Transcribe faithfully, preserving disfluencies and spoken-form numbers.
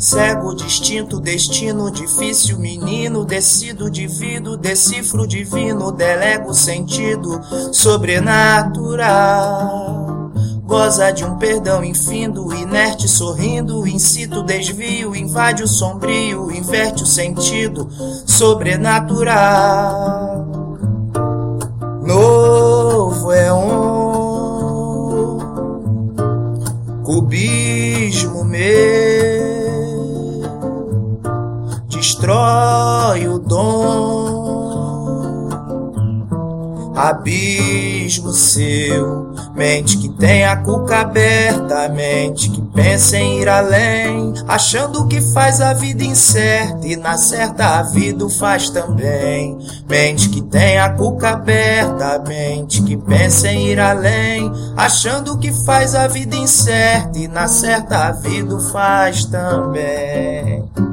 Cego, distinto, destino, difícil, menino, decido, divido, decifro divino, delego sentido sobrenatural. Goza de um perdão infindo, inerte sorrindo, incito desvio, invade o sombrio, inverte o sentido sobrenatural. Novo é um cubismo meu, destrói o dom, abismo seu, mente que tem a cuca aberta, mente que pensa em ir além, achando que faz a vida incerta e na certa a vida o faz também. Mente que tem a cuca aberta, mente que pensa em ir além, achando que faz a vida incerta e na certa a vida o faz também.